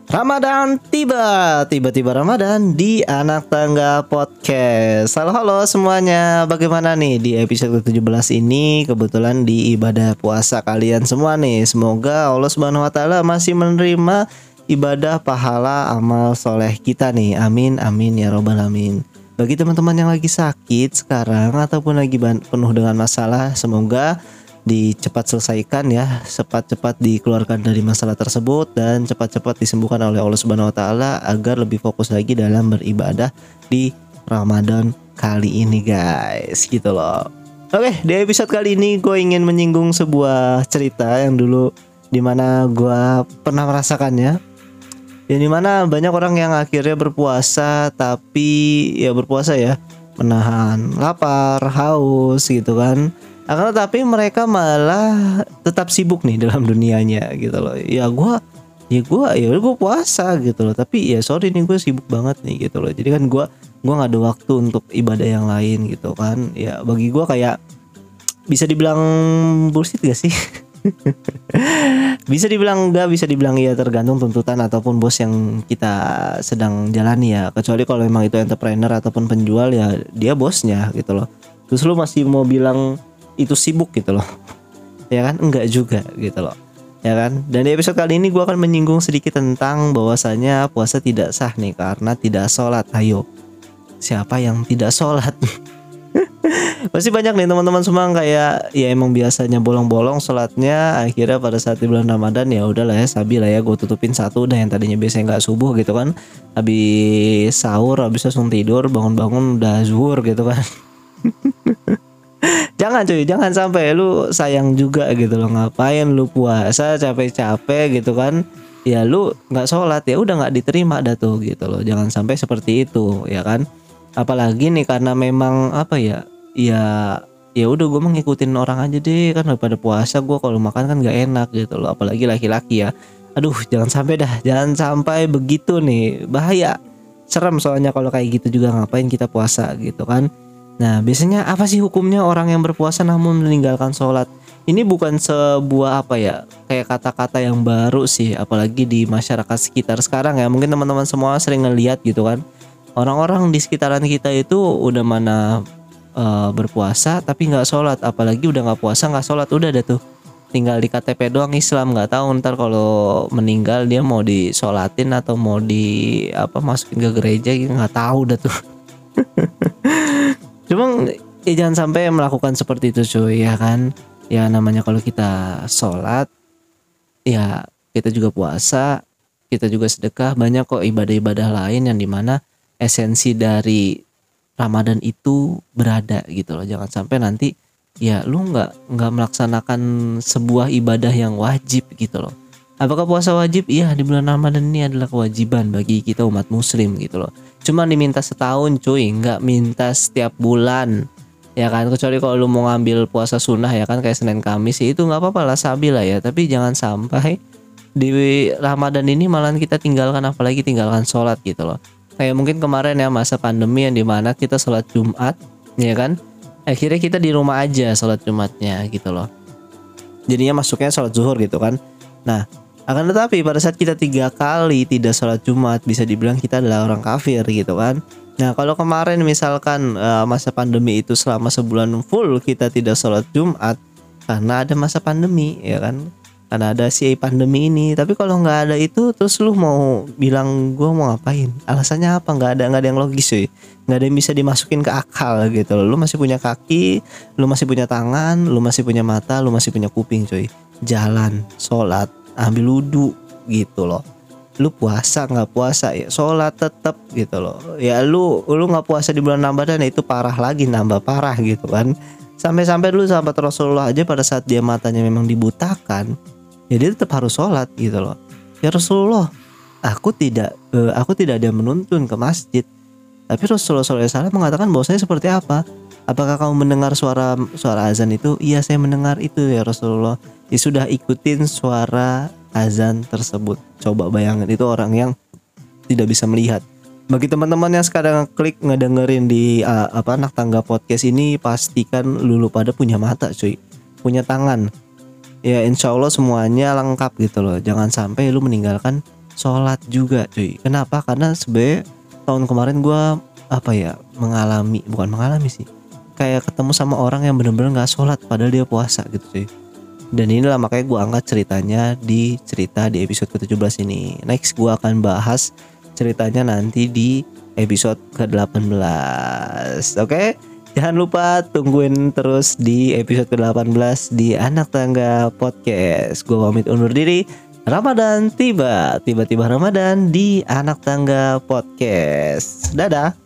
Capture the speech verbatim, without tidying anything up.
Ramadan tiba, tiba-tiba Ramadan di Anak Tangga Podcast. Halo halo semuanya, bagaimana nih di episode ke tujuh belas ini? Kebetulan di ibadah puasa kalian semua nih. Semoga Allah Subhanahu Wa Taala masih menerima ibadah pahala amal soleh kita nih. Amin amin ya robbal alamin. Bagi teman-teman yang lagi sakit sekarang ataupun lagi penuh dengan masalah, semoga dicepat selesaikan ya, cepat-cepat dikeluarkan dari masalah tersebut dan cepat-cepat disembuhkan oleh Allah Subhanahu Wa Taala agar lebih fokus lagi dalam beribadah di Ramadan kali ini guys, gitu loh. Oke, di episode kali ini gue ingin menyinggung sebuah cerita yang dulu dimana gue pernah merasakannya, yang dimana banyak orang yang akhirnya berpuasa tapi ya berpuasa ya menahan lapar, haus gitu kan. Akan tetapi mereka malah tetap sibuk nih dalam dunianya gitu loh. Ya gue, ya gue, ya gue puasa gitu loh. Tapi ya sorry nih gue sibuk banget nih gitu loh. Jadi kan gue, gue nggak ada waktu untuk ibadah yang lain gitu kan. Ya bagi gue kayak bisa dibilang bullshit gak sih? Bisa dibilang enggak, bisa dibilang iya, tergantung tuntutan ataupun bos yang kita sedang jalani ya. Kecuali kalau memang itu entrepreneur ataupun penjual ya dia bosnya gitu loh. Terus lu masih mau bilang itu sibuk gitu loh, ya kan? Enggak juga gitu loh, ya kan? Dan di episode kali ini gue akan menyinggung sedikit tentang bahwasanya puasa tidak sah nih karena tidak sholat. Ayo, siapa yang tidak sholat? Pasti banyak nih teman-teman semua kayak ya emang biasanya bolong-bolong sholatnya, akhirnya pada saat di bulan Ramadan ya udahlah ya sabi lah ya, gue tutupin satu udah, yang tadinya biasanya nggak subuh gitu kan, habis sahur habis langsung tidur, bangun-bangun udah zuhur gitu kan. Jangan cuy, jangan sampai lu sayang juga gitu loh. Ngapain lu puasa capek-capek gitu kan, ya lu nggak sholat ya udah nggak diterima dah tuh gitu loh. Jangan sampai seperti itu ya kan. Apalagi nih karena memang apa ya, ya ya udah gue ngikutin orang aja deh kan, daripada puasa gue kalau makan kan nggak enak gitu loh. Apalagi laki-laki ya, aduh jangan sampai dah, jangan sampai begitu nih, bahaya, serem soalnya kalau kayak gitu juga. Ngapain kita puasa gitu kan. Nah biasanya apa sih hukumnya orang yang berpuasa namun meninggalkan sholat? Ini bukan sebuah apa ya, kayak kata-kata yang baru sih, apalagi di masyarakat sekitar sekarang ya. Mungkin teman-teman semua sering ngeliat gitu kan, orang-orang di sekitaran kita itu udah mana uh, berpuasa tapi nggak sholat, apalagi udah nggak puasa nggak sholat, udah ada tuh tinggal di K T P doang Islam. Nggak tahu ntar kalau meninggal dia mau disolatin atau mau di apa masukin ke gereja gitu, nggak tahu dah tuh. Cuma ya jangan sampai melakukan seperti itu cuy ya kan. Ya namanya kalau kita sholat, ya kita juga puasa, kita juga sedekah, banyak kok ibadah-ibadah lain yang dimana esensi dari Ramadan itu berada gitu loh. Jangan sampai nanti ya lu nggak nggak melaksanakan sebuah ibadah yang wajib gitu loh. Apakah puasa wajib? Iya, di bulan Ramadan ini adalah kewajiban bagi kita umat muslim gitu loh. Cuma diminta setahun cuy, nggak minta setiap bulan ya kan. Kecuali kalau lu mau ngambil puasa sunnah ya kan, kayak Senin Kamis itu nggak apa-apa lah, sabi lah ya. Tapi jangan sampai di Ramadan ini malah kita tinggalkan, apalagi tinggalkan sholat gitu loh. Kayak mungkin kemarin ya masa pandemi yang dimana kita sholat Jumat ya kan, akhirnya kita di rumah aja sholat Jumatnya gitu loh. Jadinya masuknya sholat zuhur gitu kan. Nah akan tetapi pada saat kita tiga kali tidak sholat Jumat, bisa dibilang kita adalah orang kafir gitu kan. Nah kalau kemarin misalkan uh, masa pandemi itu selama sebulan full kita tidak sholat Jumat karena ada masa pandemi ya kan, karena ada si pandemi ini. Tapi kalau nggak ada itu, terus lu mau bilang gue mau ngapain? Alasannya apa? Nggak ada, nggak ada yang logis cuy. Nggak ada yang bisa dimasukin ke akal gitu loh. Lu masih punya kaki, lu masih punya tangan, lu masih punya mata, lu masih punya kuping cuy. Jalan, sholat, ambil wudu gitu loh. Lu puasa nggak puasa ya sholat tetap gitu loh. Ya lu lu nggak puasa di bulan Ramadan itu parah lagi, nambah parah gitu kan. Sampai-sampai dulu sahabat Rasulullah aja pada saat dia matanya memang dibutakan, ya dia tetap harus sholat gitu loh. Ya Rasulullah, aku tidak eh, aku tidak ada menuntun ke masjid. Tapi Rasulullah shallallahu alaihi wasallam mengatakan bahwasanya seperti apa? Apakah kamu mendengar suara suara azan itu? Iya saya mendengar itu ya Rasulullah. Ya sudah, ikutin suara azan tersebut. Coba bayangin, itu orang yang tidak bisa melihat. Bagi teman-teman yang sekarang klik ngedengerin di uh, apa Anak Tangga Podcast ini, pastikan lulu pada punya mata cuy, punya tangan. Ya insya Allah semuanya lengkap gitu loh. Jangan sampai lu meninggalkan sholat juga cuy. Kenapa? Karena sebenarnya tahun kemarin gue apa ya mengalami, bukan mengalami sih, kayak ketemu sama orang yang bener-bener nggak sholat padahal dia puasa gitu cuy. Dan inilah makanya gue angkat ceritanya di cerita di episode ke tujuh belas ini. Next gue akan bahas ceritanya nanti di episode ke delapan belas. Oke, jangan lupa tungguin terus di episode ke delapan belas di Anak Tangga Podcast. Gue pamit undur diri. Ramadan tiba, tiba-tiba Ramadan di Anak Tangga Podcast. Dadah.